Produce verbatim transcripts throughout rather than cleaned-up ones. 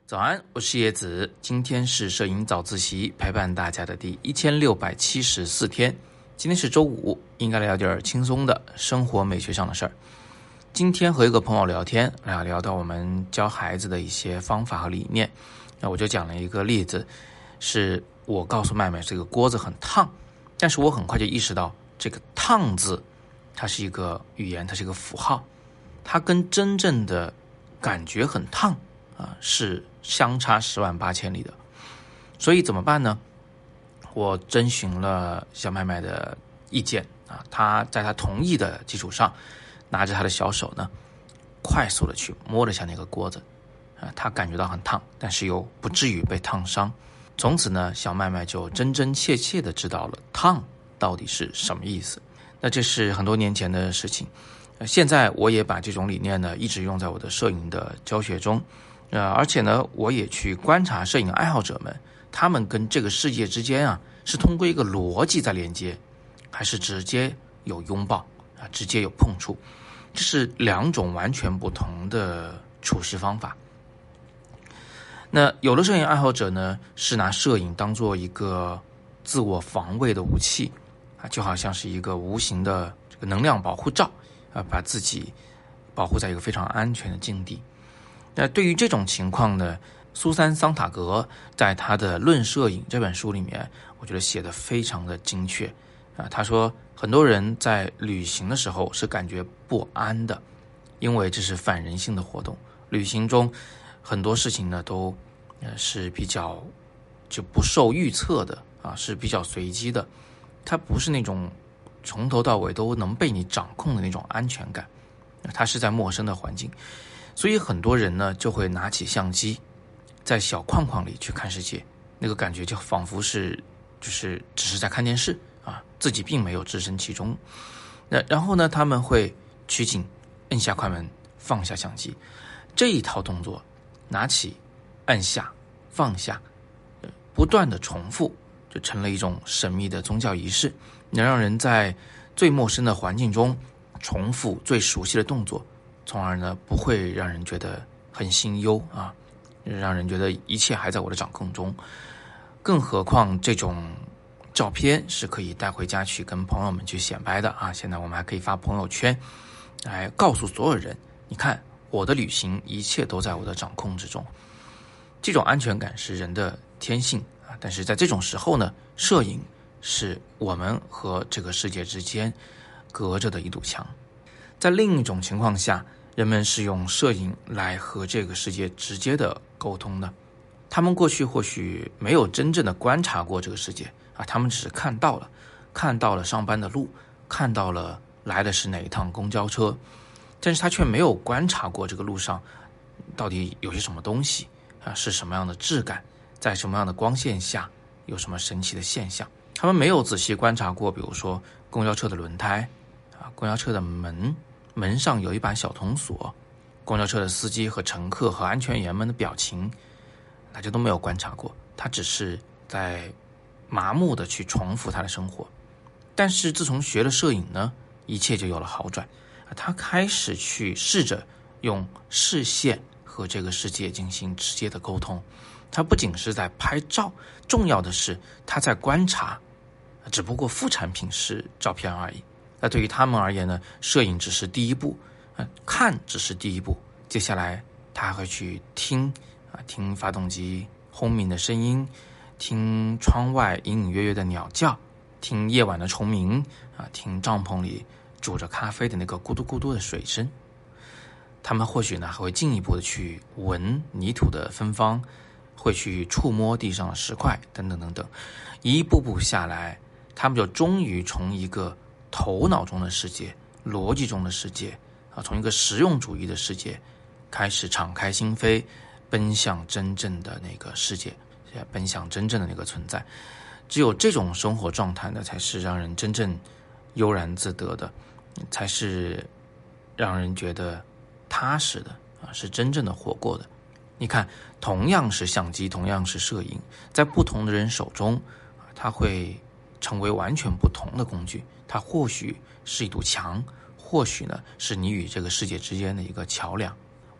早安，我是叶子，今天是摄影早自习陪伴大家的第一千六百七十四天。今天是周五，应该聊点轻松的生活美学上的事儿。今天和一个朋友聊天，啊，聊到我们教孩子的一些方法和理念。那我就讲了一个例子，是我告诉麦麦这个锅子很烫，但是我很快就意识到这个烫字，它是一个语言，它是一个符号，它跟真正的感觉很烫啊，是相差十万八千里的。所以怎么办呢？我征询了小麦麦的意见啊，他在他同意的基础上，拿着他的小手呢，快速的去摸了一下那个锅子啊，他感觉到很烫，但是又不至于被烫伤。从此呢，小麦麦就真真切切的知道了烫到底是什么意思。那这是很多年前的事情，现在我也把这种理念呢，一直用在我的摄影的教学中。呃，而且呢，我也去观察摄影爱好者们，他们跟这个世界之间啊，是通过一个逻辑在连接，还是直接有拥抱啊，直接有碰触，这是两种完全不同的处事方法。那有的摄影爱好者呢，是拿摄影当做一个自我防卫的武器啊，就好像是一个无形的这个能量保护罩啊，把自己保护在一个非常安全的境地。那对于这种情况呢，苏珊·桑塔格在他的《论摄影》这本书里面，我觉得写得非常的精确啊。他说，很多人在旅行的时候是感觉不安的，因为这是反人性的活动。旅行中很多事情呢，都呃是比较就不受预测的啊，是比较随机的，它不是那种从头到尾都能被你掌控的那种安全感，它是在陌生的环境。所以很多人呢，就会拿起相机，在小框框里去看世界，那个感觉就仿佛是就是只是在看电视啊，自己并没有置身其中。那然后呢，他们会取景，摁下快门，放下相机，这一套动作，拿起，按下，放下，不断的重复，就成了一种神秘的宗教仪式，能让人在最陌生的环境中重复最熟悉的动作，从而呢不会让人觉得很心忧啊，让人觉得一切还在我的掌控中。更何况这种照片是可以带回家去跟朋友们去显摆的啊！现在我们还可以发朋友圈，来告诉所有人，你看我的旅行一切都在我的掌控之中。这种安全感是人的天性啊，但是在这种时候呢，摄影是我们和这个世界之间隔着的一堵墙。在另一种情况下，人们是用摄影来和这个世界直接的沟通的。他们过去或许没有真正的观察过这个世界啊，他们只是看到了，看到了上班的路，看到了来的是哪一趟公交车，但是他却没有观察过这个路上到底有些什么东西啊，是什么样的质感，在什么样的光线下有什么神奇的现象。他们没有仔细观察过，比如说公交车的轮胎啊，公交车的门，门上有一把小铜锁，公交车的司机和乘客和安全员们的表情，大家都没有观察过，他只是在麻木的去重复他的生活。但是自从学了摄影呢，一切就有了好转，他开始去试着用视线和这个世界进行直接的沟通。他不仅是在拍照，重要的是他在观察，只不过副产品是照片而已。那对于他们而言呢，摄影只是第一步，呃、看只是第一步，接下来他还会去听啊，听发动机轰鸣的声音，听窗外隐隐约约的鸟叫，听夜晚的虫鸣啊，听帐篷里煮着咖啡的那个咕嘟咕嘟的水声。他们或许呢还会进一步的去闻泥土的芬芳，会去触摸地上的石块等等等等，一步步下来，他们就终于从一个头脑中的世界，逻辑中的世界啊，从一个实用主义的世界开始敞开心扉，奔向真正的那个世界，奔向真正的那个存在。只有这种生活状态呢，才是让人真正悠然自得的，才是让人觉得踏实的啊，是真正的活过的。你看，同样是相机，同样是摄影，在不同的人手中，它会成为完全不同的工具。它或许是一堵墙，或许呢是你与这个世界之间的一个桥梁。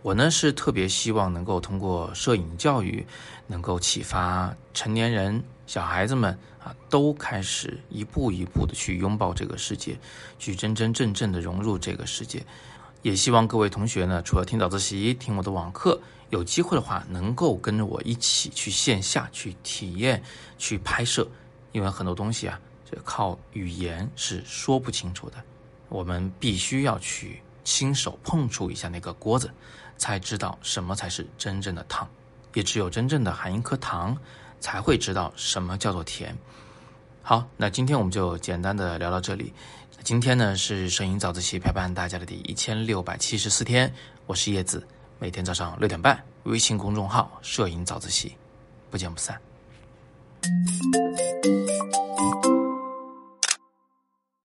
我呢是特别希望能够通过摄影教育，能够启发成年人、小孩子们啊，都开始一步一步的去拥抱这个世界，去真真正正的融入这个世界。也希望各位同学呢，除了听早自习、听我的网课，有机会的话能够跟着我一起去线下去体验、去拍摄，因为很多东西啊，这靠语言是说不清楚的，我们必须要去亲手碰触一下那个锅子，才知道什么才是真正的烫，也只有真正的含一颗糖，才会知道什么叫做甜。好，那今天我们就简单的聊到这里。今天呢是摄影早自习陪伴大家的第一千六百七十四天，我是叶子，每天早上六点半，微信公众号摄影早自习，不见不散。